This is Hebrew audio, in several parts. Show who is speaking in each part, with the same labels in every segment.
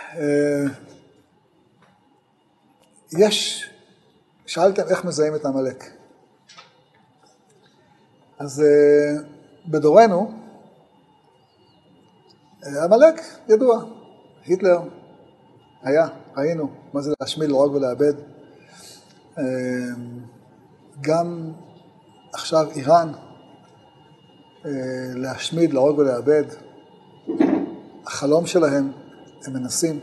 Speaker 1: שאלתם איך מזהים את עמלק. אז בדורנו, עמלק ידוע, היטלר היה, ראינו מה זה להשמיד, להרוג ולאבד. גם עכשיו איראן, להשמיד, להרוג ולאבד. החלום שלהם, הם מנסים.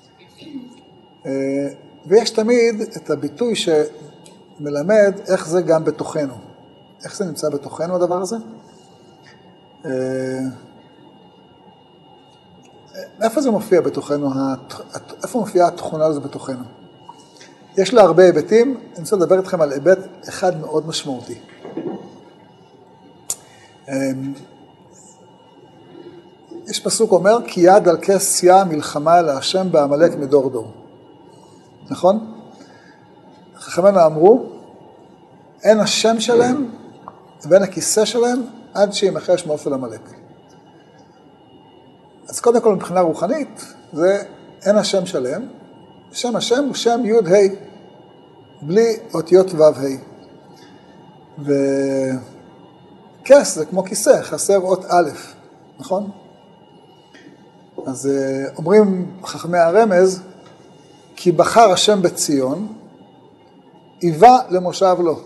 Speaker 1: ויש תמיד את הביטוי שמלמד איך זה גם בתוכנו. איך זה נמצא בתוכנו הדבר הזה? איפה זה מופיע בתוכנו? איפה מופיעה התכונה הזו בתוכנו? יש לה הרבה היבטים, אני רוצה לדבר איתכם על היבט אחד מאוד משמעותי. יש פסוק אומר, כי יד על כס יה מלחמה להשם בעמלק מדור דור. נכון? חכמינו אמרו, אין השם שלהם ואין הכיסא שלהם עד שימחש מאופל עמלק. אז קודם כל מבחינה רוחנית, זה אין השם שלהם. שם השם הוא שם י' ה', בלי אותיות ו' ה'. וכס זה כמו כיסא, חסר אות א', נכון? אז אומרים חכמי הרמז, כי בחר השם בציון, איבה למושב לו.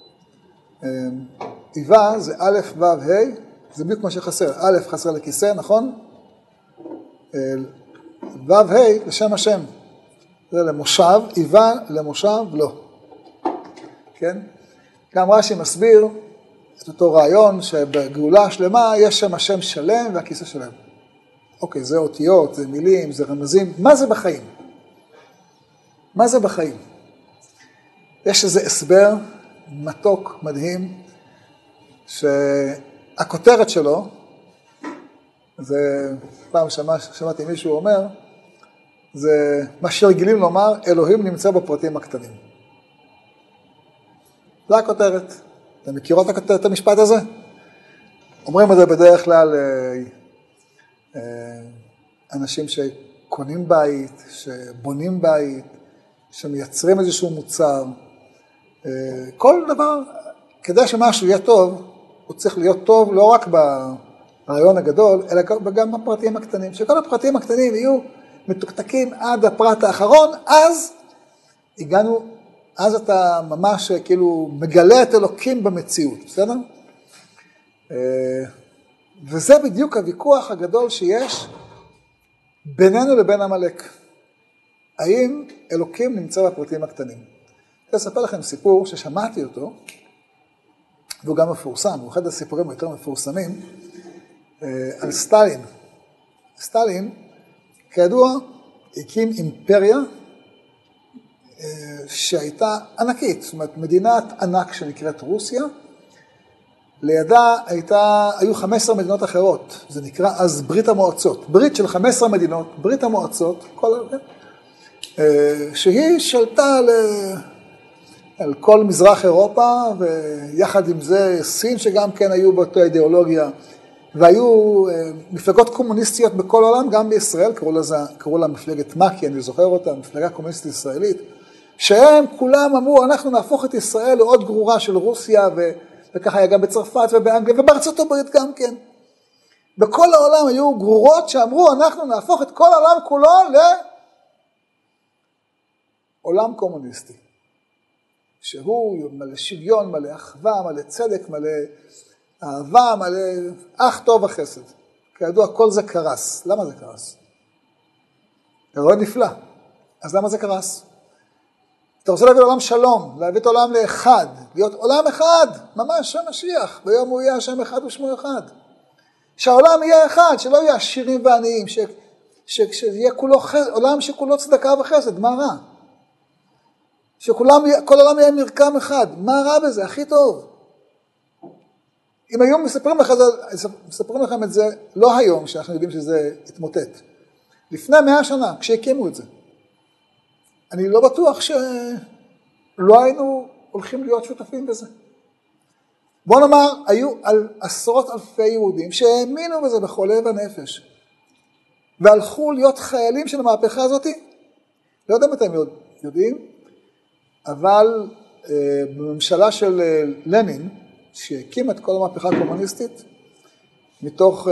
Speaker 1: איבה זה א' ו' ה', זה בדיוק מה שחסר. א' חסר לכיסא, נכון? ו' ה' לשם השם. זה למושב, איבה למושב לו. כן? גם רש"י מסביר את אותו רעיון שבגאולה השלמה יש שם השם שלם והכיסא שלם. אוקיי, זה אותיות, זה מילים, זה רמזים. מה זה בחיים? מה זה בחיים? יש איזה הסבר מתוק, מדהים, שהכותרת שלו, זה פעם שמעתי מישהו אומר, זה מה שרגילים לומר, אלוהים נמצא בפרטים הקטנים. זה הכותרת. אתם מכירות את המשפט הזה? אומרים את זה בדרך כלל אנשים שקונים בית, שבונים בית, שמייצרים איזשהו מוצר. כל דבר, כדי שמשהו יהיה טוב, הוא צריך להיות טוב לא רק ברעיון הגדול, אלא גם בפרטים הקטנים. שכל הפרטים הקטנים יהיו מתוקתקים עד הפרט האחרון, אז הגענו, אז אתה ממש כאילו מגלה את אלוקים במציאות, בסדר? וזה בדיוק הוויכוח הגדול שיש בינינו לבין עמלק. האם אלוקים נמצא בפרטים הקטנים? אני אספר לכם סיפור ששמעתי אותו, והוא גם מפורסם, הוא אחד הסיפורים היותר מפורסמים, על סטלין. סטלין, כידוע, הקים אימפריה שהייתה ענקית, זאת אומרת, מדינת ענק שנקראת רוסיה, לידה היו 15 מדינות אחרות, זה נקרא אז ברית המועצות, ברית של 15 מדינות, ברית המועצות, שהיא שלטה על כל מזרח אירופה, ויחד עם זה סין שגם כן היו באותה אידיאולוגיה, והיו מפלגות קומוניסטיות בכל העולם, גם בישראל, קראו לה מפלגת מק"י, אני זוכר אותה, מפלגה קומוניסטית ישראלית, שהם כולם אמרו, אנחנו נהפוך את ישראל לעוד גרורה של רוסיה, וככה היה גם בצרפת ובאנגליה, ובארצות הברית גם כן. בכל העולם היו גרורות שאמרו, אנחנו נהפוך את כל העולם כולו לעולם קומוניסטי. שהוא מלא שוויון, מלא אחווה, מלא צדק, מלא אהבה, מלא אך טוב וחסד. כידוע, כל זה קרס. למה זה קרס? זה רעיון נפלא. אז למה זה קרס? אתה רוצה להביא לעולם שלום, להביא את העולם לאחד, להיות עולם אחד, ממש שם משיח, ביום הוא יהיה השם אחד ושמו אחד. שהעולם יהיה אחד, שלא יהיה עשירים ועניים, שיהיה כולו עולם שכולו צדקה וחסד, מה רע? שכל העולם יהיה מרקם אחד, מה רע בזה? הכי טוב. אם היום מספרים לכם את זה, לא היום שאנחנו יודעים שזה התמוטט. לפני 100 שנה, כשהקימו את זה. אני לא בטוח שלא היינו הולכים להיות שותפים בזה. בוא נאמר, היו עשרות אלפי יהודים שהאמינו בזה בכל לב הנפש. והלכו להיות חיילים של המהפכה הזאת. לא יודע אם אתם יודעים, אבל בממשלה של לנין, שהקים את כל המהפכה הקומוניסטית, מתוך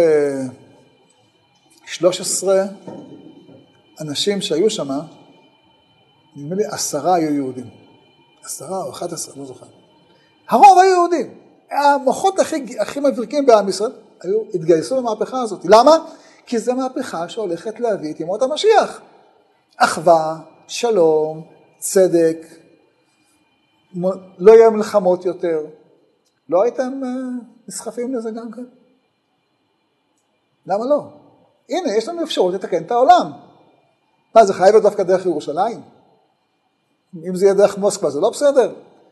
Speaker 1: 13 אנשים שהיו שם, נדמה לי 10 היו יהודים. 10 או 11, לא זוכר. הרוב היו יהודים. המוחות הכי מבריקים בעם ישראל התגייסו למהפכה הזאת. למה? כי זו מהפכה שהולכת להביא את ימות המשיח. אחווה, שלום, צדק, לא יהיה מלחמות יותר. לא הייתם נסחפים לזה גם כן? למה לא? הנה, יש לנו אפשרות לתקן את העולם. מה, זה חייב להיות דווקא דרך ירושלים? אם זה יהיה דרך מוסקבה, זה לא בסדר?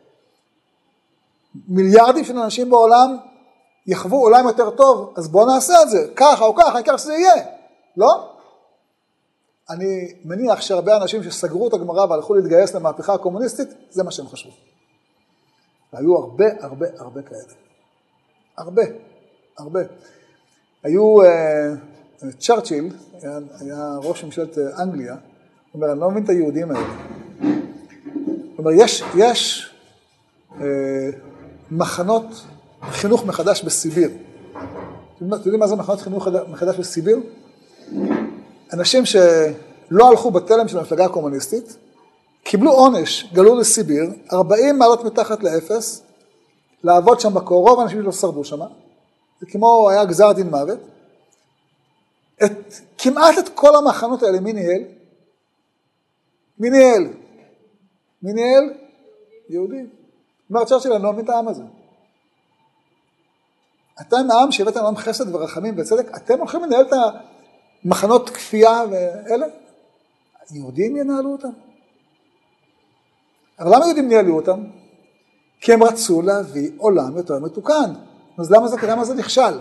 Speaker 1: מיליארדים של אנשים בעולם יחוו עולם יותר טוב, אז בואו נעשה את זה, ככה או ככה, העיקר שזה יהיה, לא? אני מניח שהרבה אנשים שסגרו את הגמרא והלכו להתגייס למהפכה הקומוניסטית, זה מה שהם חשבו. והיו הרבה כאלה. הרבה. היו, צ'רצ'יל, היה ראש ממשלת אנגליה, הוא אומר, אני לא מבין את היהודים האלה. הוא אומר, יש מחנות חינוך מחדש בסיביר. אתם יודעים מה זה מחנות חינוך מחדש בסיביר? אנשים שלא הלכו בתלם של המפלגה הקומוניסטית, קיבלו עונש, גלו לסיביר, 40 מעלות מתחת לאפס, לעבוד שם בקור, רוב האנשים שלא שרדו שם, זה כמו היה גזר דין מוות. כמעט את כל המחנות האלה, מי ניהל? יהודי. אומר צ'רצ'יל, אני לא מבין את העם הזה. אתם העם שהבאתם לעם חסד ורחמים וצדק, אתם הולכים לנהל את המחנות כפייה ואלה? יהודים ינהלו אותם. אבל למה יהודים ניהלו אותם? כי הם רצו להביא עולם יותר מתוקן. אז למה זה נכשל?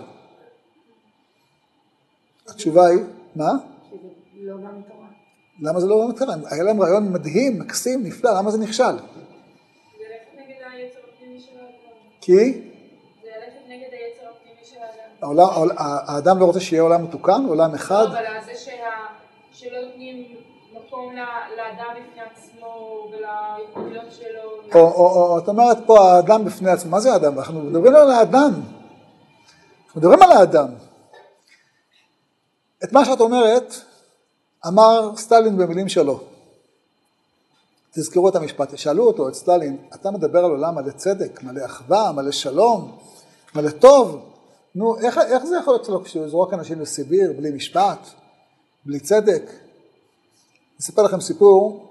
Speaker 1: התשובה היא, מה?
Speaker 2: כי זה לא בא מתורה.
Speaker 1: למה זה לא בא מתורה? היה להם רעיון מדהים, מקסים, נפלא, למה זה נכשל?
Speaker 2: זה ללכת נגד היצר הפנימי של האדם.
Speaker 1: כי?
Speaker 2: זה ללכת נגד היצר הפנימי של האדם.
Speaker 1: האדם לא רוצה שיהיה עולם מתוקן, עולם אחד?
Speaker 2: לא, אבל זה שלא נותנים מקום לאדם בפני עצמו ולייחודיות שלו.
Speaker 1: או את אומרת פה האדם בפני עצמו, מה זה האדם? אנחנו מדברים על האדם. את מה שאת אומרת, אמר סטלין במילים שלו. תזכרו את המשפט, שאלו אותו, את סטלין, אתה מדבר על עולם מלא צדק, מלא אחווה, מלא שלום, מלא טוב. נו, איך זה יכול להיות שלו כשהוא זורק אנשים לסיביר, בלי משפט, בלי צדק? אספר לכם סיפור,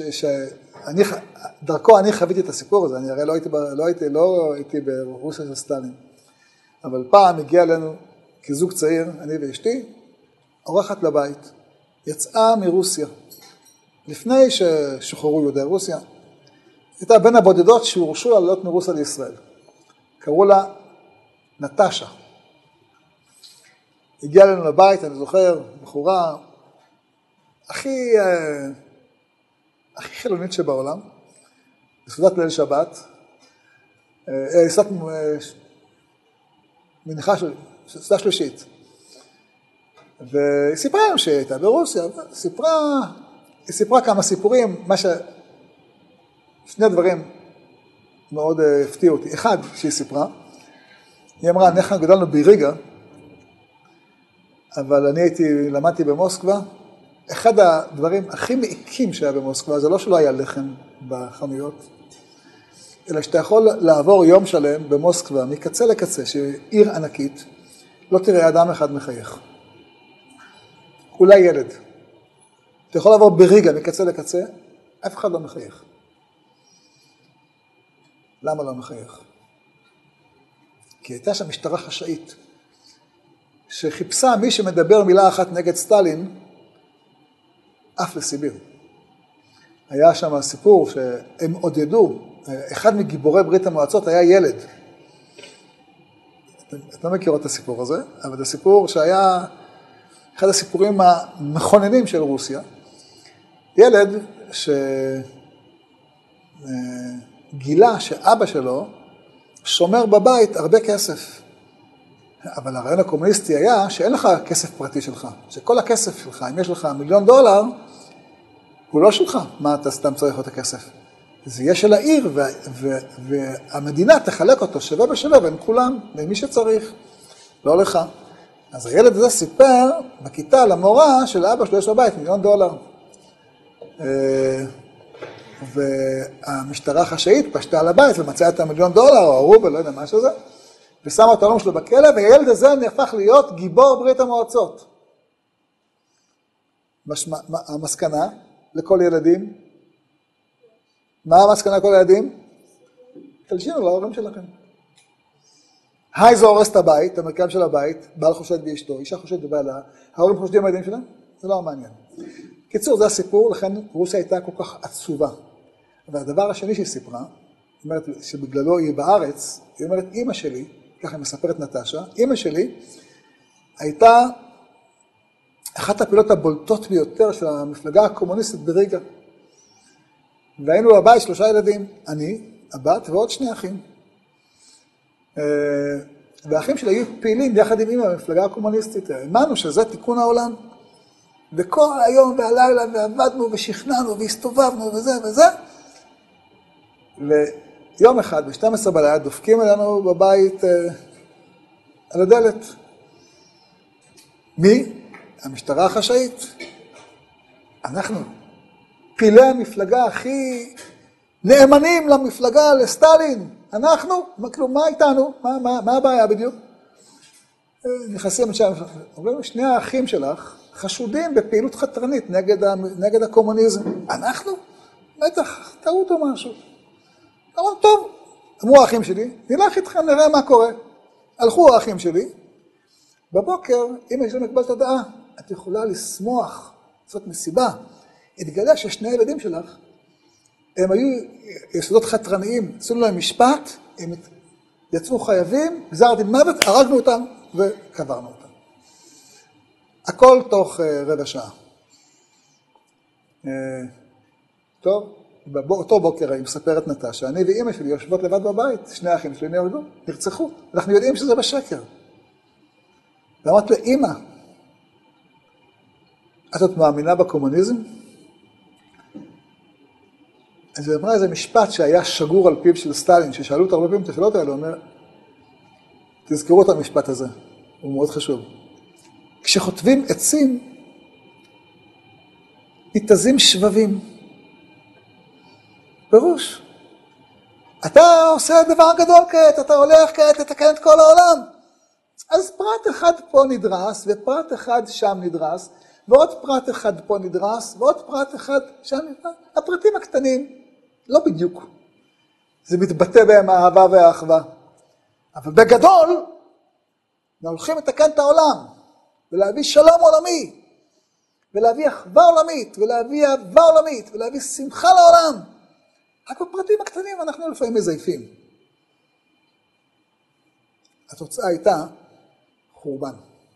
Speaker 1: דרכו אני חוויתי את הסיפור הזה, אני הרי לא הייתי ברוסיה של סטלין. אבל פעם הגיע אלינו כזוג צעיר, אני ואשתי, אורחת לבית, יצאה מרוסיה, לפני ששוחררו יהודי רוסיה, הייתה בין הבודדות שהורשו לעלות מרוסיה לישראל. קראו לה נטשה. הגיעה אלינו לבית, אני זוכר, בחורה הכי חילונית שבעולם, בסעודת ליל שבת, מנחה סעודה שלישית. והיא סיפרה לנו שהיא הייתה ברוסיה, היא סיפרה כמה סיפורים, שני דברים מאוד הפתיעו אותי. אחד, שהיא סיפרה, היא אמרה, אנחנו גדלנו בריגה, אבל אני למדתי במוסקבה, אחד הדברים הכי מעיקים שהיה במוסקבה, זה לא שלא היה לחם בחנויות, אלא שאתה יכול לעבור יום שלם במוסקבה, מקצה לקצה, שהיא עיר ענקית, לא תראה אדם אחד מחייך. אולי ילד. אתה יכול לעבור בריגה מקצה לקצה, אף אחד לא מחייך. למה לא מחייך? כי הייתה שם משטרה חשאית, שחיפשה מי שמדבר מילה אחת נגד סטלין, אף לסיביר. היה שם סיפור שהם עודדו, אחד מגיבורי ברית המועצות היה ילד. את לא מכירות את הסיפור הזה, אבל זה סיפור שהיה אחד הסיפורים המכוננים של רוסיה. ילד שגילה שאבא שלו שומר בבית הרבה כסף. אבל הרעיון הקומוניסטי היה שאין לך כסף פרטי שלך, שכל הכסף שלך, אם יש לך $1,000,000, הוא לא שלך, מה אתה סתם צריך את הכסף? זה יהיה של העיר, והמדינה תחלק אותו שווה בשווה בין כולם, למי שצריך, לא לך. אז הילד הזה סיפר בכיתה למורה של אבא שלו יש בבית $1,000,000. והמשטרה חשאית פשטה על הבית ומצאה את $1,000,000 או הרובל, לא יודע מה שזה, ושמה את העולם שלו בכלא, והילד הזה נהפך להיות גיבור ברית המועצות. המסקנה לכל ילדים, מה המסקנה לכל ילדים? תלשינו להורים שלכם. היי זה הורס את הבית, המרכב של הבית, בעל חושד באשתו, אישה חושד בבעלה, ההורים חושדים בילדים שלהם? זה לא מעניין. קיצור, זה הסיפור, לכן רוסיה הייתה כל כך עצובה. והדבר השני שהיא סיפרה, היא אומרת שבגללו היא בארץ, היא אומרת, אמא שלי, ככה היא מספרת נטשה, אמא שלי הייתה אחת הפעילות הבולטות ביותר של המפלגה הקומוניסטית בריגה. והיינו בבית 3 ילדים, אני, הבת ועוד 2 אחים. והאחים שלי היו פעילים יחד עם אמא במפלגה הקומוניסטית. האמנו שזה תיקון העולם. וכל היום והלילה ועבדנו ושכנענו והסתובבנו וזה וזה. ויום אחד, ב-12 בלילה, דופקים אלינו בבית על הדלת. מי? המשטרה החשאית. אנחנו, פעילי המפלגה הכי נאמנים למפלגה, לסטלין. אנחנו, מה איתנו? מה הבעיה בדיוק? נכנסים לשם, אומרים, 2 האחים שלך חשודים בפעילות חתרנית נגד הקומוניזם. אנחנו? בטח, טעות או משהו. אמרו, טוב, אמרו האחים שלי, נלך איתכם, נראה מה קורה. הלכו האחים שלי, בבוקר, אמא שלי מקבלת הדעה, את יכולה לשמוח, לעשות מסיבה. התגלה ש2 ילדים שלך, הם היו יסודות חתרניים, עשו להם משפט, הם יצאו חייבים, גזר דין מוות, הרגנו אותם וקברנו אותם. הכל תוך רבע שעה. טוב, באותו בוקר היא מספרת נטשה, אני ואמא שלי יושבות לבד בבית, 2 אחים שלי נרצחו, אנחנו יודעים שזה בשקר. ואמרת לאמא, את עוד מאמינה בקומוניזם? אז היא אמרה איזה משפט שהיה שגור על פיו של סטלין, ששאלו אותו הרבה פעמים את השאלות האלה, הוא אומר, תזכרו את המשפט הזה, הוא מאוד חשוב. כשחוטבים עצים, ניתזים שבבים. פירוש. אתה עושה דבר גדול כעת, אתה הולך כעת לתקן את כל העולם. אז פרט אחד פה נדרס, ופרט אחד שם נדרס, ועוד פרט אחד פה נדרס, ועוד פרט אחד שם נדרס. הפרטים הקטנים, לא בדיוק. זה מתבטא בהם האהבה והאחווה. אבל בגדול, אנחנו הולכים לתקן את העולם, ולהביא שלום עולמי, ולהביא אחווה עולמית, ולהביא אהבה עולמית, ולהביא שמחה לעולם. רק בפרטים הקטנים אנחנו לפעמים מזייפים. התוצאה הייתה חורבן.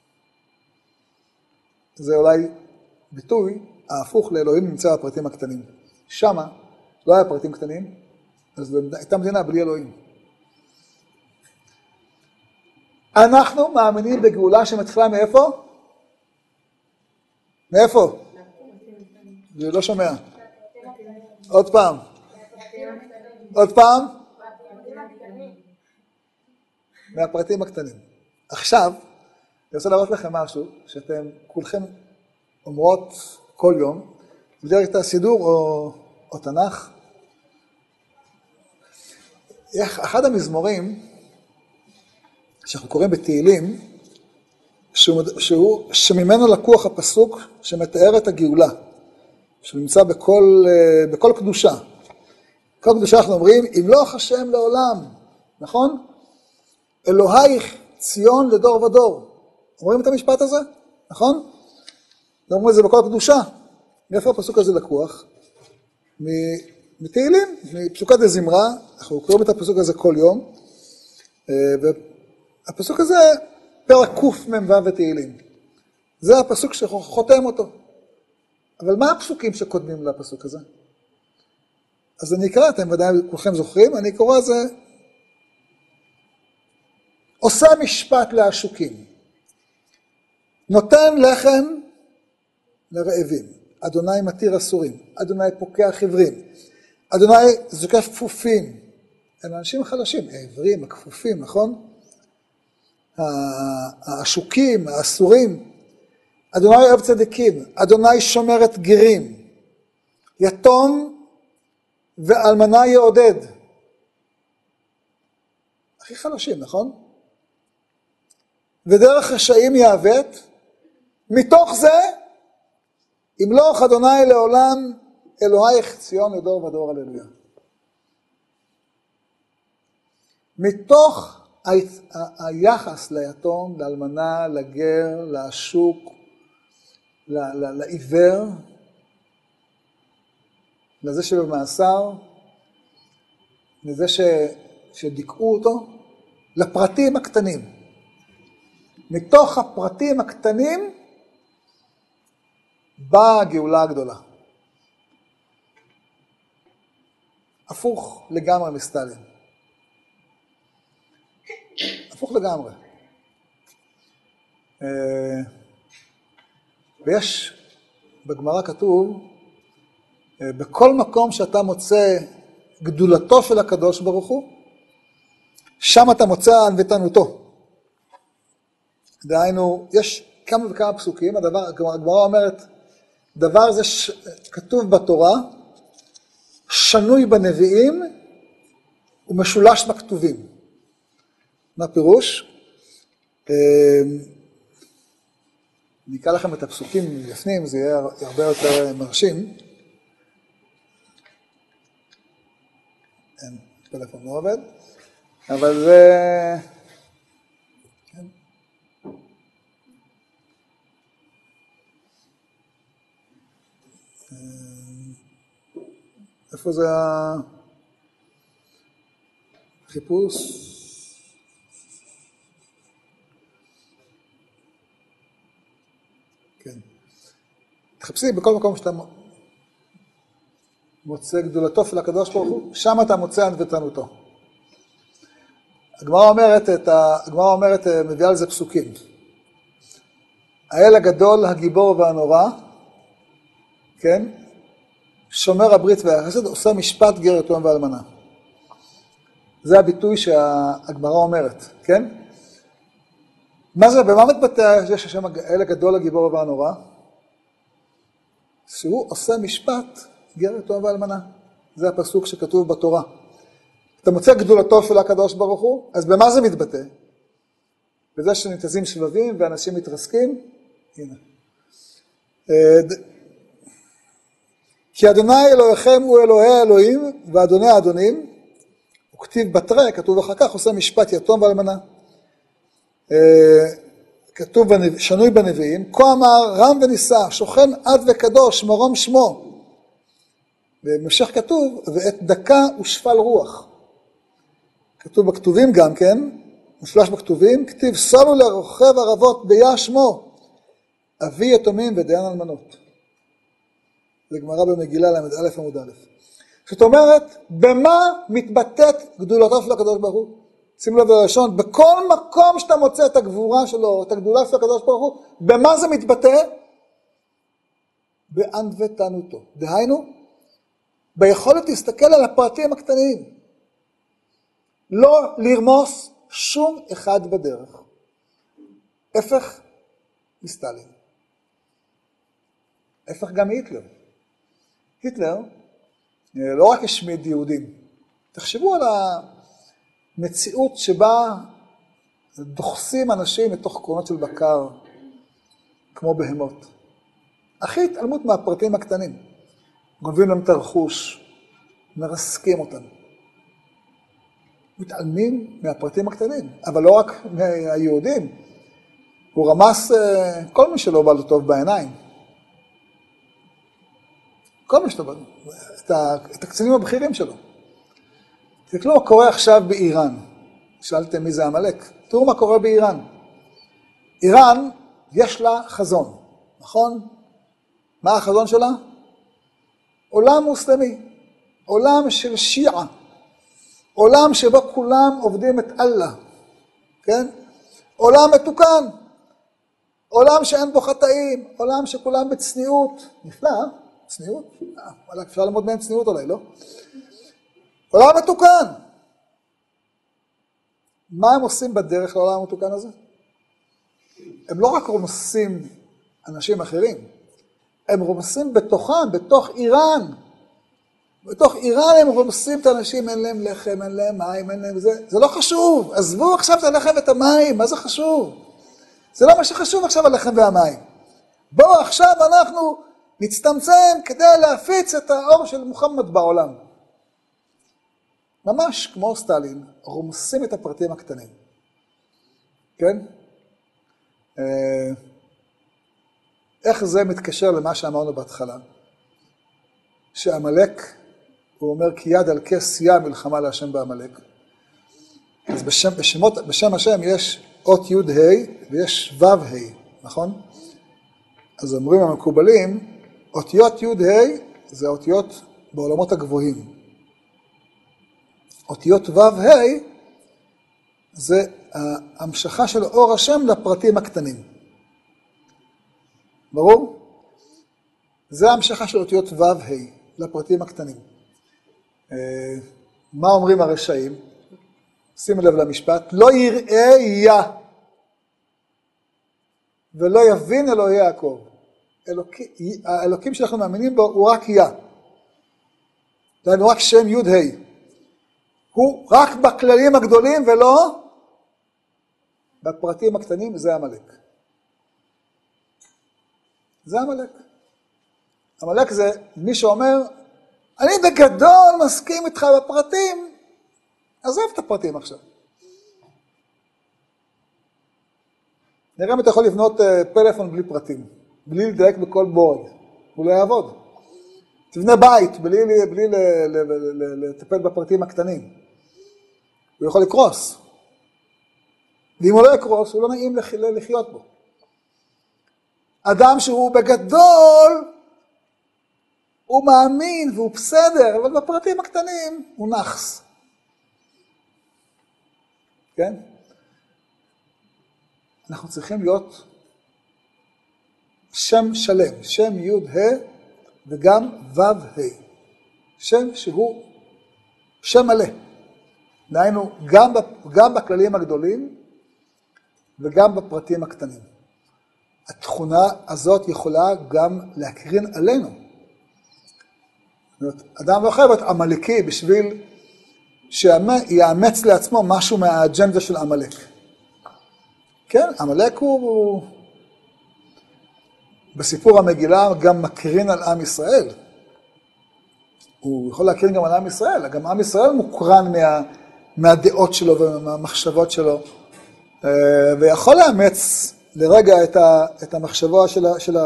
Speaker 1: זה אולי ביטוי ההפוך לאלוהים נמצא בפרטים הקטנים. שמה לא היה פרטים קטנים, אז הייתה מדינה בלי אלוהים. אנחנו מאמינים בגאולה שמתחילה מאיפה? מאיפה? אני לא שומע. עוד פעם. עוד פעם? מהפרטים הקטנים. עכשיו, אני רוצה להראות לכם משהו שאתם כולכם אומרות כל יום, בדרך כלל סידור או תנ"ך. אחד המזמורים שאנחנו קוראים בתהילים, שממנו לקוח הפסוק שמתאר את הגאולה, שנמצא בכל קדושה. כל קדושה אנחנו אומרים, ימלוך השם לעולם, נכון? אלוהיך ציון לדור ודור. אומרים את המשפט הזה? נכון? אומרים את זה בכל קדושה. מאיפה הפסוק הזה לקוח? מתהילים, מפסוקת הזמרה, אנחנו קוראים את הפסוק הזה כל יום, והפסוק הזה פרק קמ"ו ותהילים. זה הפסוק שחותם אותו. אבל מה הפסוקים שקודמים לפסוק הזה? אז אני אקרא, אתם ודאי כולכם זוכרים, אני קורא זה עושה משפט לעשוקים, נותן לחם לרעבים, אדוני מתיר אסורים, אדוני פוקח עיוורים, אדוני זוקף כפופים. הם אנשים חלשים, העברים, הכפופים, נכון? העשוקים, האסורים. אדוני אוהב צדיקים, אדוני שומר את גרים, יתום ואלמנה יעודד. הכי חלשים, נכון? ודרך רשעים יעוות, מתוך זה, ימלוך אדוני לעולם, אלוהיך ציון לדור ודור, הללויה. מתוך היחס ליתום, לאלמנה, לגר, לעשוק, לעיוור, לזה שבמאסר, לזה שדיכאו אותו, לפרטים הקטנים. מתוך הפרטים הקטנים באה הגאולה הגדולה. הפוך לגמרי מסטלין. הפוך לגמרי. ויש, בגמרא כתוב, בכל מקום שאתה מוצא גדולתו של הקדוש ברוך הוא, שם אתה מוצא ענוותנותו. דהיינו, יש כמה וכמה פסוקים, הגמרא אומרת, דבר זה כתוב בתורה, שנוי בנביאים ומשולש בכתובים. מה פירוש? אני אקרא לכם את הפסוקים לפנים, זה יהיה הרבה יותר מרשים. אין, טלפון לא עובד, אבל זה... כן. איפה זה החיפוש? כן. תחפשי בכל מקום שאתה מוצא גדולתו של הקדוש ברוך הוא, שם אתה מוצא ענוותנותו. הגמרא אומרת, מביאה על זה פסוקים. האל הגדול, הגיבור והנורא, כן? שומר הברית והחסד, עושה משפט גר יתום ואלמנה. זה הביטוי שהגמרא אומרת, כן? מה זה, במה מתבטא שיש השם האל הגדול, הגיבור והנורא? שהוא עושה משפט גר יתום ואלמנה. זה הפסוק שכתוב בתורה. אתה מוצא גדולתו של הקדוש ברוך הוא, אז במה זה מתבטא? בזה שנתזים שבבים ואנשים מתרסקים? הנה. כי אדוני אלוהיכם הוא אלוהי האלוהים ואדוני האדונים, הוא כתיב בתרי, כתוב אחר כך, עושה משפט יתום ואלמנה. כתוב שנוי בנביאים, כה אמר רם ונישא, שוכן עד וקדוש, מרום שמו. ובמשך כתוב, ואת דקה ושפל רוח. כתוב בכתובים גם כן, משולש בכתובים, כתיב סולו לרוכב ערבות ביה שמו, אבי יתומים ודיין אלמנות. זה גמרא במגילה ל"א עמוד א'. זאת אומרת, במה מתבטאת גדולתו של הקדוש ברוך הוא? שימו לב ללשון, בכל מקום שאתה מוצא את הגבורה שלו, את הגדולה של הקדוש ברוך הוא, במה זה מתבטא? בענוותנותו. דהיינו, ביכולת להסתכל על הפרטים הקטנים. לא לרמוס שום אחד בדרך. הפך מסטלין. הפך גם היטלר. היטלר לא רק השמיד יהודים. תחשבו על המציאות שבה דוחסים אנשים מתוך קרונות של בקר, כמו בהמות. הכי התעלמות מהפרטים הקטנים. גונבים להם את הרכוש, מרסקים אותם. מתעלמים מהפרטים הקטנים, אבל לא רק מהיהודים. הוא רמס כל מי שלא בא לו טוב בעיניים. כל מי שלא בא לו. את הקצינים הבכירים שלו. תראו מה קורה עכשיו באיראן. שאלתם מי זה המלך. תראו מה קורה באיראן. איראן יש לה חזון, נכון? מה החזון שלה? עולם מוסלמי, עולם של שיעה, עולם שבו כולם עובדים את אללה, כן? עולם מתוקן, עולם שאין בו חטאים, עולם שכולם בצניעות, נפלא, צניעות? אפשר ללמוד מהם צניעות אולי, לא? עולם מתוקן. מה הם עושים בדרך לעולם המתוקן הזה? הם לא רק רומסים אנשים אחרים, הם רומסים בתוכם, בתוך איראן. בתוך איראן הם רומסים את האנשים, אין להם לחם, אין להם מים, אין להם זה. זה לא חשוב, עזבו עכשיו את הלחם ואת המים, מה זה חשוב? זה לא מה שחשוב עכשיו הלחם והמים. בואו עכשיו אנחנו נצטמצם כדי להפיץ את האור של מוחמד בעולם. ממש כמו סטלין, רומסים את הפרטים הקטנים. כן? איך זה מתקשר למה שאמרנו בהתחלה? שעמלק, הוא אומר כי יד על כס יה מלחמה להשם בעמלק. אז בשם השם יש אות י' ה' ויש ו' ה', נכון? אז אומרים המקובלים, אותיות י' ה' זה אותיות בעולמות הגבוהים. אותיות ו' ה' זה ההמשכה של אור השם לפרטים הקטנים. ברור? זה ההמשכה של אותיות ו' ה' לפרטים הקטנים. מה אומרים הרשעים? שימו לב למשפט, לא יראה יה ולא יבין אלוהי יעקב. האלוקים שאנחנו מאמינים בו הוא רק יה. הוא רק שם י' ה'. הוא רק בכללים הגדולים ולא בפרטים הקטנים, זה עמלק. זה עמלק. עמלק זה מי שאומר, אני בגדול מסכים איתך בפרטים, עזב את הפרטים עכשיו. נראה אם אתה יכול לבנות פלאפון בלי פרטים, בלי לדייק בכל בורד, הוא לא יעבוד. תבנה בית בלי לטפל בפרטים הקטנים. הוא יכול לקרוס. ואם הוא לא יקרוס, הוא לא נעים לחיות בו. אדם שהוא בגדול, הוא מאמין והוא בסדר, אבל בפרטים הקטנים הוא נחס. כן? אנחנו צריכים להיות שם שלם, שם י' ה' וגם ו' ה'. שם שהוא שם מלא. דהיינו, גם בכללים הגדולים וגם בפרטים הקטנים. התכונה הזאת יכולה גם להקרין עלינו. זאת אומרת, אדם לא חייב להיות עמלקי בשביל שיאמץ לעצמו משהו מהאג'נדה של עמלק. כן, עמלק הוא בסיפור המגילה גם מקרין על עם ישראל. הוא יכול להקרין גם על עם ישראל, גם עם ישראל מוקרן מהדעות שלו ומהמחשבות שלו, ויכול לאמץ לרגע את המחשבה של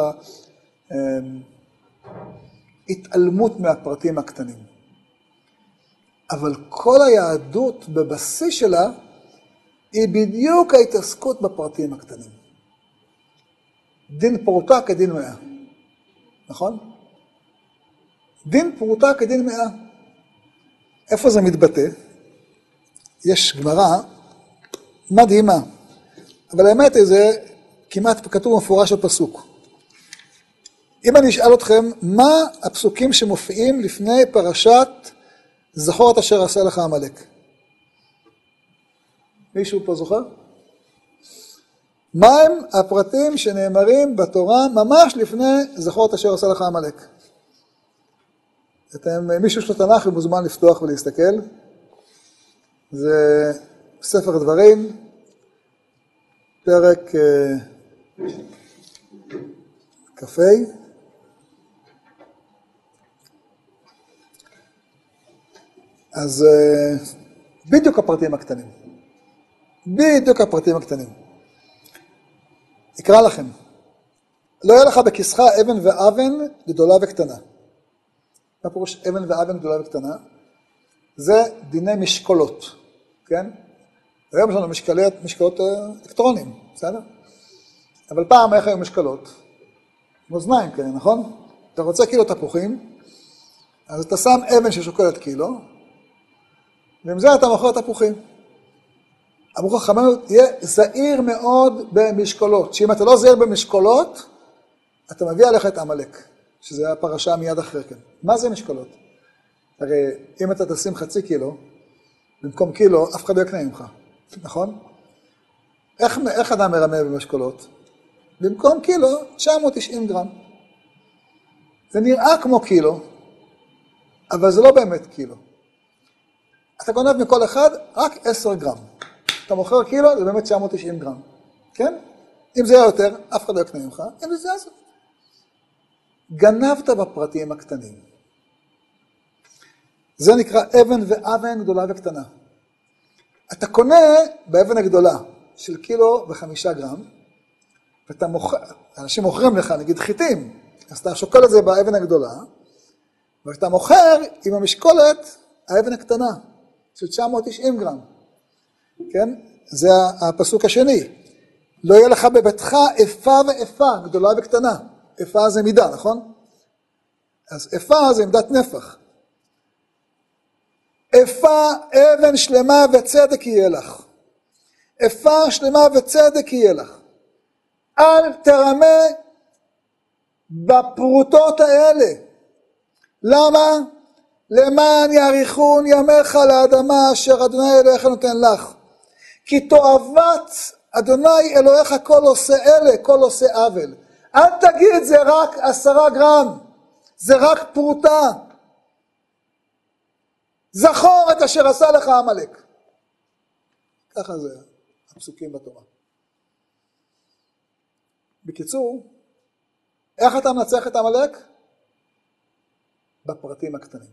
Speaker 1: ההתעלמות מהפרטים הקטנים. אבל כל היהדות בבסיס שלה היא בדיוק ההתעסקות בפרטים הקטנים. דין פרוטה כדין מאה. נכון? דין פרוטה כדין מאה. איפה זה מתבטא? יש גמרא מדהימה. אבל האמת היא זה כמעט כתוב מפורש בפסוק. אם אני אשאל אתכם, מה הפסוקים שמופיעים לפני פרשת זכור את אשר עשה לך עמלק? מישהו פה זוכר? מה הם הפרטים שנאמרים בתורה ממש לפני זכור את אשר עשה לך עמלק? מישהו של התנ"ך מוזמן לפתוח ולהסתכל. זה ספר דברים, פרק קפי. אז בדיוק הפרטים הקטנים. בדיוק הפרטים הקטנים. אקרא לכם. לא יהיה לך בכיסך אבן ואבן גדולה וקטנה. מה פירוש אבן ואבן גדולה וקטנה? זה דיני משקולות, כן? היום יש לנו משקלות אלקטרונים, בסדר? אבל פעם איך היו משקלות? מאזניים כאלה, נכון? אתה רוצה קילו תפוחים, אז אתה שם אבן ששוקלת קילו, ועם זה אתה מוכר תפוחים. אמרו חכמינו, תהיה זהיר מאוד במשקולות, שאם אתה לא זהיר במשקולות, אתה מביא עליך את עמלק, שזה הפרשה מיד אחרי כן. מה זה משקולות? הרי אם אתה תשים 0.5 קילו, במקום קילו, אף אחד לא יקנה ממך, נכון? איך אדם מרמה במשקולות? במקום קילו, 990 גרם. זה נראה כמו קילו, אבל זה לא באמת קילו. אתה גונב מכל אחד רק 10 גרם. אתה מוכר קילו, זה באמת 990 גרם. כן? אם זה יהיה יותר, אף אחד לא יקנה ממך. אם זה אז... גנבת בפרטים הקטנים. זה נקרא אבן ואבן גדולה וקטנה. אתה קונה באבן הגדולה של 1.05 גרם, ואתה מוכר, אנשים מוכרים לך, נגיד חיטים, אז אתה שוקל את זה באבן הגדולה, ואתה מוכר עם המשקולת האבן הקטנה, של 990 גרם. כן? זה הפסוק השני. לא יהיה לך בביתך איפה ואיפה, גדולה וקטנה. איפה זה מידה, נכון? אז איפה זה עמדת נפח. איפה אבן שלמה וצדק יהיה לך. איפה שלמה וצדק יהיה לך. אל תרמה בפרוטות האלה. למה? למען יאריכון ימיך לאדמה אשר אדוני אלוהיך נותן לך. כי תועבת אדוני אלוהיך כל עושה אלה, כל עושה עוול. אל תגיד זה רק 10 גרם, זה רק פרוטה. זכור את אשר עשה לך עמלק. ככה זה הפסוקים בתורה. בקיצור, איך אתה מנצח את עמלק? בפרטים הקטנים.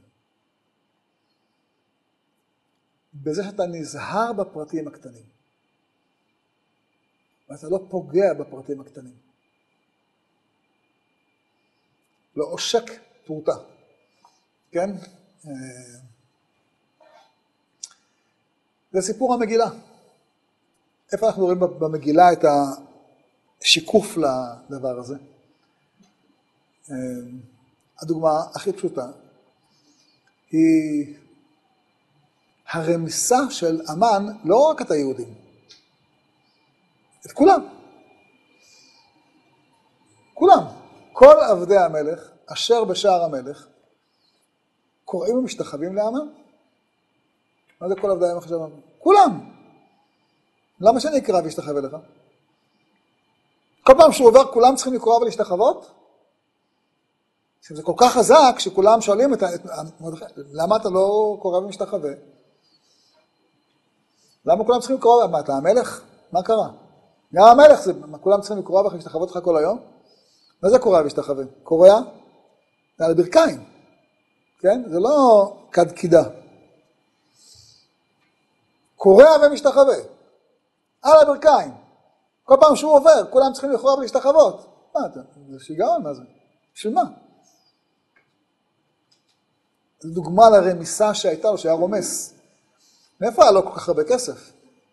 Speaker 1: בזה שאתה נזהר בפרטים הקטנים. ואתה לא פוגע בפרטים הקטנים. לא עושק פרוטה. כן? זה סיפור המגילה. איפה אנחנו רואים במגילה את השיקוף לדבר הזה? הדוגמה הכי פשוטה היא הרמיסה של אמן, לא רק את היהודים, את כולם. כולם. כל עבדי המלך, אשר בשער המלך, קוראים ומשתחווים לאמן. מה זה כל עבדי המלך אשר באמן? כולם. למה שאני אקרא וישתחווה לך? כל פעם שהוא עובר, כולם צריכים לקרוא ולהשתחוות? זה כל כך חזק שכולם שואלים למה אתה לא קורא ומשתחווה? למה כולם צריכים לקרוא? מה, אתה המלך? מה קרה? גם המלך, כולם צריכים לקרוא ולהשתחוות לך כל היום? מה זה קורא ומשתחווה? קורא? זה על הברכיים. כן? זה לא כד קידה. קורא ומשתחווה. על הברכיים. כל פעם שהוא עובר, כולם צריכים לקרוא ולהשתחוות. מה אתה? זה שיגעון, מה זה? בשביל מה? זו דוגמה לרמיסה שהייתה לו, שהיה רומס. מאיפה היה לו כל כך הרבה כסף?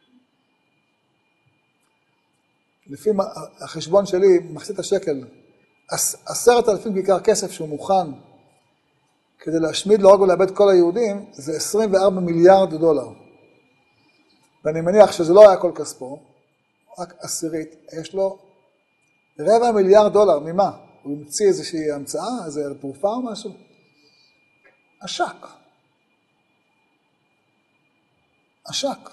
Speaker 1: לפי החשבון שלי, מחצית השקל, 10,000 כיכר כסף שהוא מוכן כדי להשמיד, להורג ולאבד כל היהודים, זה 24 מיליארד דולר. ואני מניח שזה לא היה כל כספו, רק עשירית. יש לו 250 מיליארד דולר, ממה? הוא המציא איזושהי המצאה, איזו תרופה או משהו? עשק. עשק.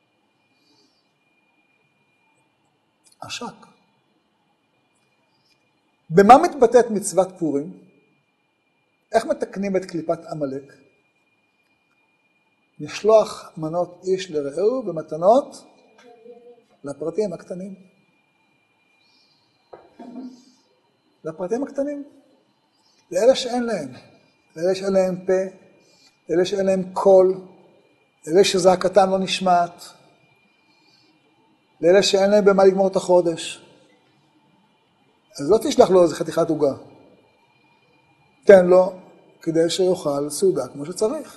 Speaker 1: עשק. במה מתבטאת מצוות פורים? איך מתקנים את קליפת עמלק? לשלוח מנות איש לרעהו ומתנות לפרטים הקטנים. לפרטים הקטנים. לאלה שאין להם. לאלה שאין להם פה, לאלה שאין להם קול, לאלה שזעקתם לא נשמעת, לאלה שאין להם במה לגמור את החודש. אז לא תשלח לו איזה חתיכת עוגה. תן לו כדי שיוכל סעודה כמו שצריך.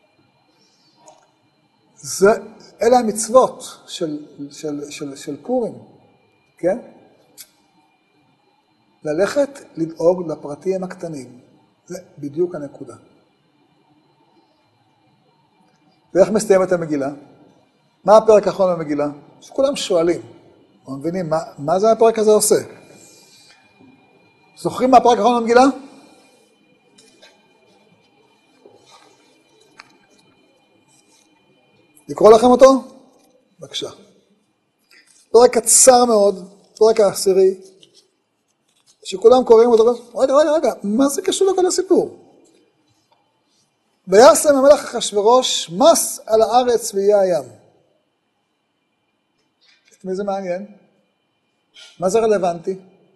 Speaker 1: אלה המצוות של פורים, כן? ללכת לדאוג לפרטים הקטנים. זה בדיוק הנקודה. ואיך מסתיימת המגילה? מה הפרק האחרון במגילה? שכולם שואלים, או מבינים, מה זה הפרק הזה עושה? זוכרים מה הפרק האחרון במגילה? לקרוא לכם אותו? בבקשה. פרק קצר מאוד, פרק העשירי, שכולם קוראים אותו, רגע, מה זה קשור לכל הסיפור? וישם המלך אחשוורוש מס על הארץ ויהיה הים. את מי זה מעניין? מה זה רלוונטי?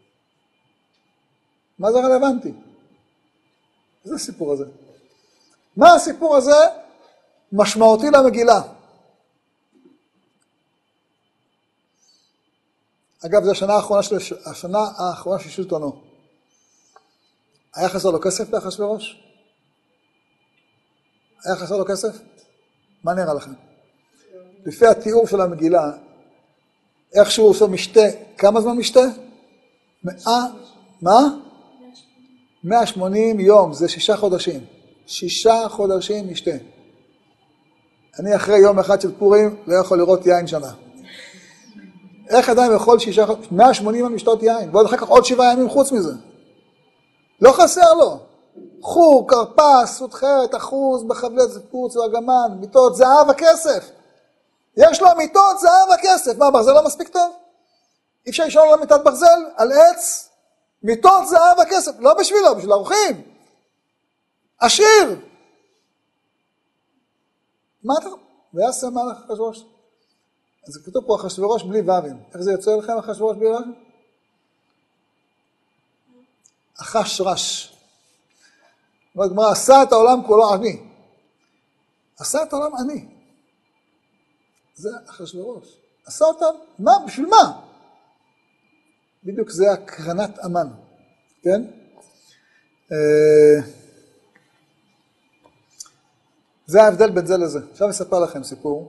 Speaker 1: מה זה רלוונטי? איזה סיפור הזה? מה הסיפור הזה משמעותי למגילה? אגב, זו השנה האחרונה של שלטונו. היה חסר לו כסף לאחשוורוש? היה חסר לו כסף? מה נראה לכם? לפי התיאור של המגילה, איך שהוא עושה משתה, כמה זמן משתה? 180 יום, זה 6 חודשים. 6 חודשים משתה. אני אחרי יום אחד של פורים לא יכול לראות יין שנה. איך אדם יכול 180 יום לשתות יין? ועוד אחר כך עוד 7 ימים חוץ מזה. לא חסר לו. חור, קרפס, סותחרת, אחוז, בחבלת פורץ ואגמן, מיטות, זהב וכסף. יש לו מיטות, זהב וכסף. מה, ברזל לא מספיק טוב? אי אפשר לשאול לו מיטת ברזל על עץ? מיטות, זהב וכסף. לא בשבילו, בשביל האורחים. עשיר. מה אתה? ויעשה מלך אחשוורוש. אז כתוב פה אחשוורוש בלי ו"ים. איך זה יוצא לכם אחשוורוש בלי ו"ים? אחשרש. זאת אומרת, עשה את העולם כולו אני. עשה את העולם אני. זה אחשוורוש. עשה אותם, מה? בשביל מה? בדיוק זה הקרנת אמן. כן? זה ההבדל בין זה לזה. עכשיו אספר לכם סיפור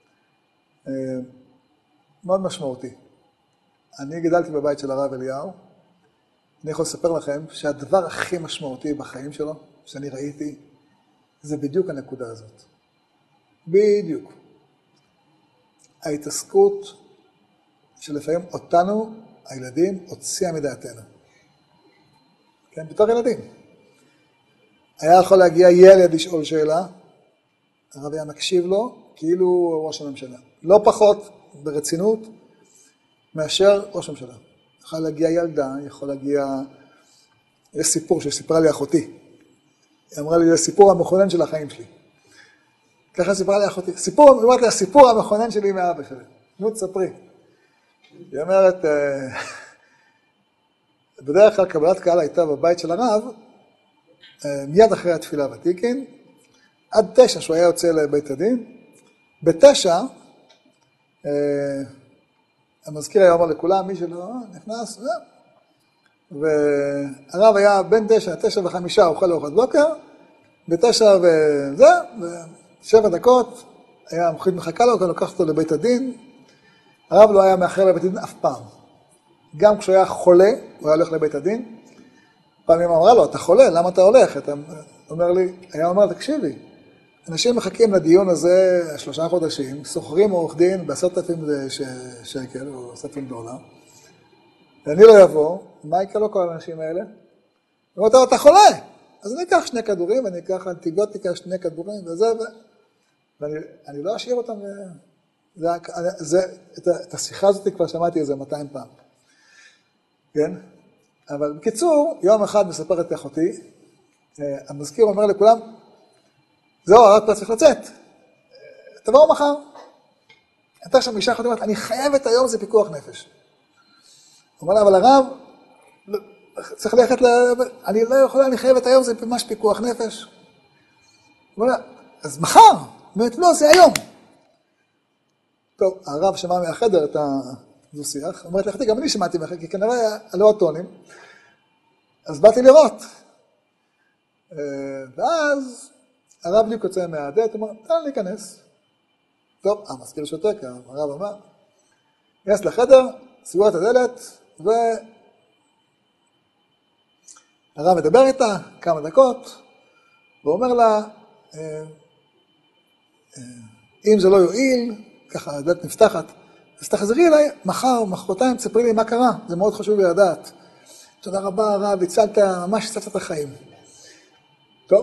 Speaker 1: מאוד משמעותי. אני גדלתי בבית של הרב אליהו. אני יכול לספר לכם שהדבר הכי משמעותי בחיים שלו, שאני ראיתי, זה בדיוק הנקודה הזאת. בדיוק. ההתעסקות שלפעמים אותנו, הילדים, הוציאה מדעתנו. כן, בתור ילדים. היה יכול להגיע ילד לשאול שאלה, הרב היה מקשיב לו, כאילו ראש הממשלה. לא פחות ברצינות מאשר ראש הממשלה. יכול להגיע ילדה, יכול להגיע... יש סיפור שסיפרה לי אחותי. היא אמרה לי, זה סיפור המכונן של החיים שלי. ככה סיפרה לי אחותי. סיפור, אמרת לי, הסיפור המכונן שלי מאבא שלי. נו, תספרי. היא אומרת, בדרך כלל קבלת קהל הייתה בבית של הרב, מיד אחרי התפילה ותיקין, עד 9 שהוא היה יוצא לבית הדין. ב9, המזכיר היה אומר לכולם, מי שלא נכנס, והרב היה בין 9 ל9:05, הוא אוכל ארוחת בוקר, ב9 וזה, ו7 דקות, היה המחית מחכה לו, כאן לוקח אותו לבית הדין, הרב לא היה מאחר לבית הדין אף פעם. גם כשהוא היה חולה, הוא היה הולך לבית הדין, פעמים אמרה לו, אתה חולה, למה אתה הולך? אתה אומר לי, היה אומר, תקשיבי, אנשים מחכים לדיון הזה 3 חודשים, סוחרים עורך דין ב10,000 שקל או 10,000 דולר, ואני לא יבוא, מה יקרה לו כל האנשים האלה? הוא אומר, אתה חולה, אז אני אקח 2 כדורים, ואני אקח אנטיביוטיקה 2 כדורים, וזה, ואני לא אשאיר אותם, את השיחה הזאת כבר שמעתי איזה 200 פעם, כן? אבל בקיצור, יום אחד מספרת אחותי, המזכיר אומר לכולם, זהו, הרב כבר צריך לצאת, תבואו מחר. הייתה שם אישה אחת אומרת, אני חייבת היום, זה פיקוח נפש. הוא אומר לה, אבל הרב, צריך ללכת, אני לא יכולה, אני חייבת היום, זה ממש פיקוח נפש. הוא אומר לה, אז מחר. אומרת, לא, זה היום. טוב, הרב שמע מהחדר את הדו-שיח, אומרת לכתי, גם אני שמעתי מהחדר, כי כנראה עלו הטונים, אז באתי לראות. ואז הרב לי קוצא מהדלת, הוא אומר, תן להיכנס. טוב, המזכיר שותק, הרב אמר, נכנס לחדר, סגור את הדלת, והרב מדבר איתה כמה דקות, ואומר לה, אם זה לא יועיל, ככה הדלת נפתחת, אז תחזרי אליי מחר, מחרתיים, תספרי לי מה קרה, זה מאוד חשוב לי לדעת. תודה רבה הרב, ממש הצלת את החיים. טוב,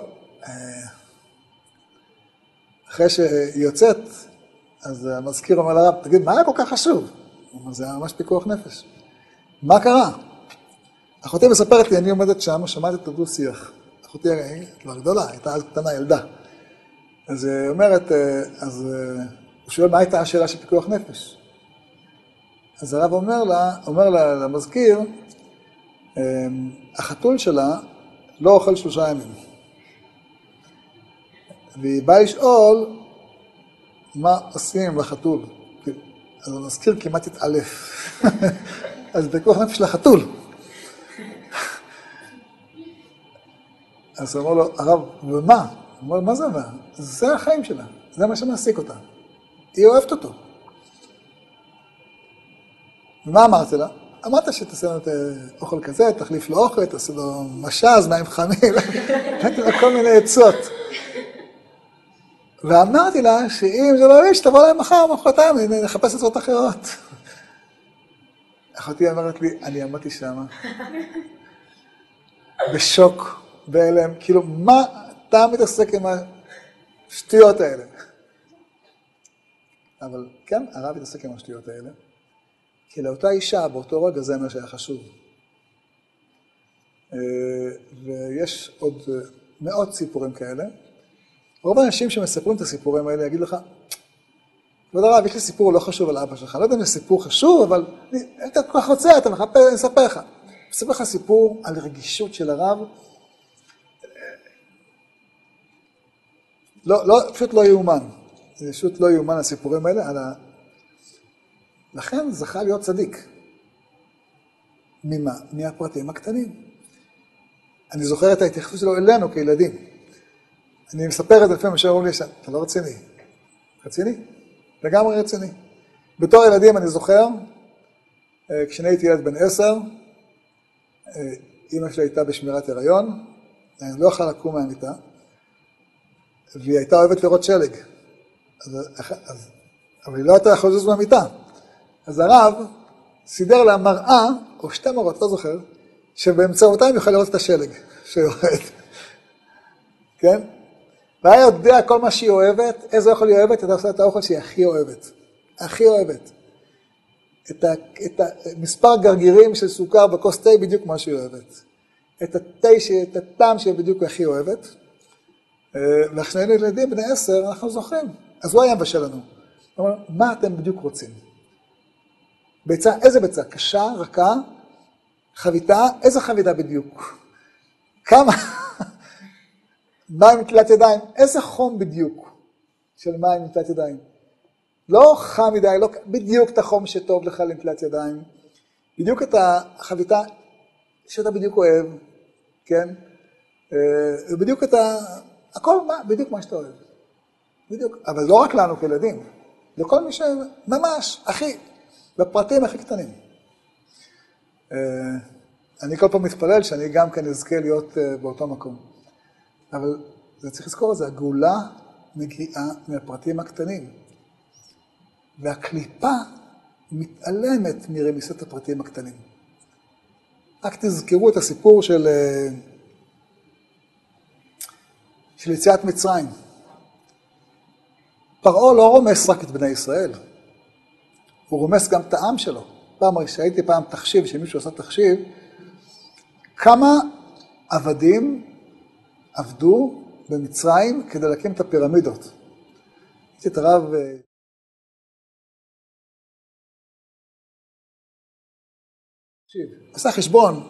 Speaker 1: אחרי שהיא יוצאת, אז המזכיר אומר לרב, תגיד, מה היה כל כך חשוב? הוא אומר, זה היה ממש פיקוח נפש. מה קרה? אחותי מספרת לי, אני עומדת שם, שמעתי את הדו-שיח. אחותי כבר גדולה, הייתה אז קטנה, ילדה. אז היא אומרת, אז הוא שואל, מה הייתה השאלה של פיקוח נפש? אז הרב אומר לה למזכיר, החתול שלה לא אוכל 3 ימים. והיא באה לשאול, מה עושים לחתול? אז המזכיר כמעט התעלף. אז פיקוח נפש לחתול. אז הוא אומר לו, הרב, ומה? הוא אומר, מה זה מה? זה החיים שלה, זה מה שמעסיק אותה. היא אוהבת אותו. ומה אמרתי לה? אמרת שתעשה לנו את אוכל כזה, תחליף לו אוכל, תעשה לו משז, מים חמים, נתתי לה כל מיני עצות. ואמרתי לה שאם זה לא יש, תבוא להם מחר, מחרתיים, נחפש עצות אחרות. אחותי אמרת לי, אני עמדתי שמה, בשוק, בהלם, כאילו, מה אתה מתעסק עם השטויות האלה? אבל כן, הרב מתעסק עם השטויות האלה, כי לאותה אישה, באותו רגע, זה מה שהיה חשוב. ויש עוד מאות סיפורים כאלה. רוב האנשים שמספרים את הסיפורים האלה יגיד לך, כבוד הרב, יש לי סיפור לא חשוב על אבא שלך, לא יודע אם זה סיפור חשוב, אבל אתה כל כך רוצה, אתה מחפש, אני אספר לך. אני אספר לך סיפור על רגישות של הרב, פשוט לא יאומן. זה פשוט לא יאומן הסיפורים האלה, לכן זכה להיות צדיק. ממה? מהפרטים הקטנים. אני זוכר את ההתייחסות שלו אלינו כילדים. אני מספר את זה לפעמים שאומרים לי, אתה לא רציני. רציני? לגמרי רציני. בתור ילדים אני זוכר, כשאני הייתי ילד בן 10, אמא שלי הייתה בשמירת הריון, אני לא יכולה לקום מהמיטה, והיא הייתה אוהבת לראות שלג. אבל היא לא הייתה יכולה לזוז מהמיטה. אז הרב סידר לה מראה, או 2 מראות, לא זוכר, שבאמצעותיים יוכל לראות את השלג שיורד. כן? והיה יודע כל מה שהיא אוהבת, איזה אוכל היא אוהבת, אתה עושה את האוכל שהיא הכי אוהבת. הכי אוהבת. את מספר גרגירים של סוכר בכוס תה בדיוק מה שהיא אוהבת. את הטעם שהיא בדיוק הכי אוהבת. וכשהיינו ילדים בני 10, אנחנו זוכרים. אז הוא היה מבשל לנו. הוא אומר, מה אתם בדיוק רוצים? ביצה, איזה ביצה? קשה, רכה, חביתה, איזה חביתה בדיוק? כמה? מים נטילת ידיים, איזה חום בדיוק של מים נטילת ידיים? לא חם מדי, לא, בדיוק את החום שטוב לך לנטילת ידיים, בדיוק את החביתה שאתה בדיוק אוהב, כן? ובדיוק את הכל בדיוק מה שאתה אוהב. בדיוק, אבל לא רק לנו כילדים, לכל מי שממש, בפרטים הכי קטנים. אני כל פעם מתפלל שאני גם כן אזכה להיות באותו מקום. אבל זה צריך לזכור את זה, הגאולה מגיעה מהפרטים הקטנים. והקליפה מתעלמת מרמיסת הפרטים הקטנים. רק תזכרו את הסיפור של יציאת מצרים. פרעה לא רומס רק את בני ישראל, הוא רומס גם את העם שלו. שהייתי פעם תחשיב, שמישהו עושה תחשיב, כמה עבדים עבדו במצרים כדי להקים את הפירמידות. הייתי את הרב עשה חשבון,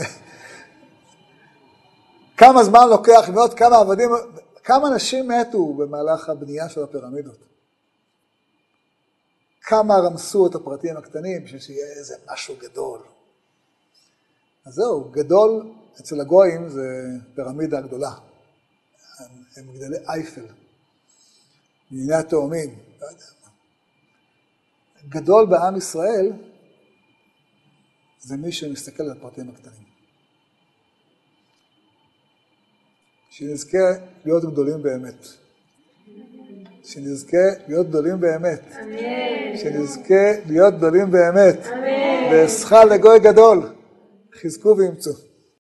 Speaker 1: כמה זמן לוקח ועוד כמה עבדים, כמה אנשים מתו במהלך הבנייה של הפירמידות. כמה רמסו את הפרטים הקטנים בשביל שיהיה איזה משהו גדול. אז זהו, גדול אצל הגויים זה פירמידה גדולה. הם מגדלי אייפל, מדיני התאומים, לא יודע מה. גדול בעם ישראל זה מי שמסתכל על הפרטים הקטנים. שנזכה להיות גדולים באמת. שנזכה להיות גדולים באמת.
Speaker 2: אמן.
Speaker 1: שנזכה להיות גדולים באמת.
Speaker 2: אמן.
Speaker 1: ואשכה לגוי גדול. חזקו ואמצו.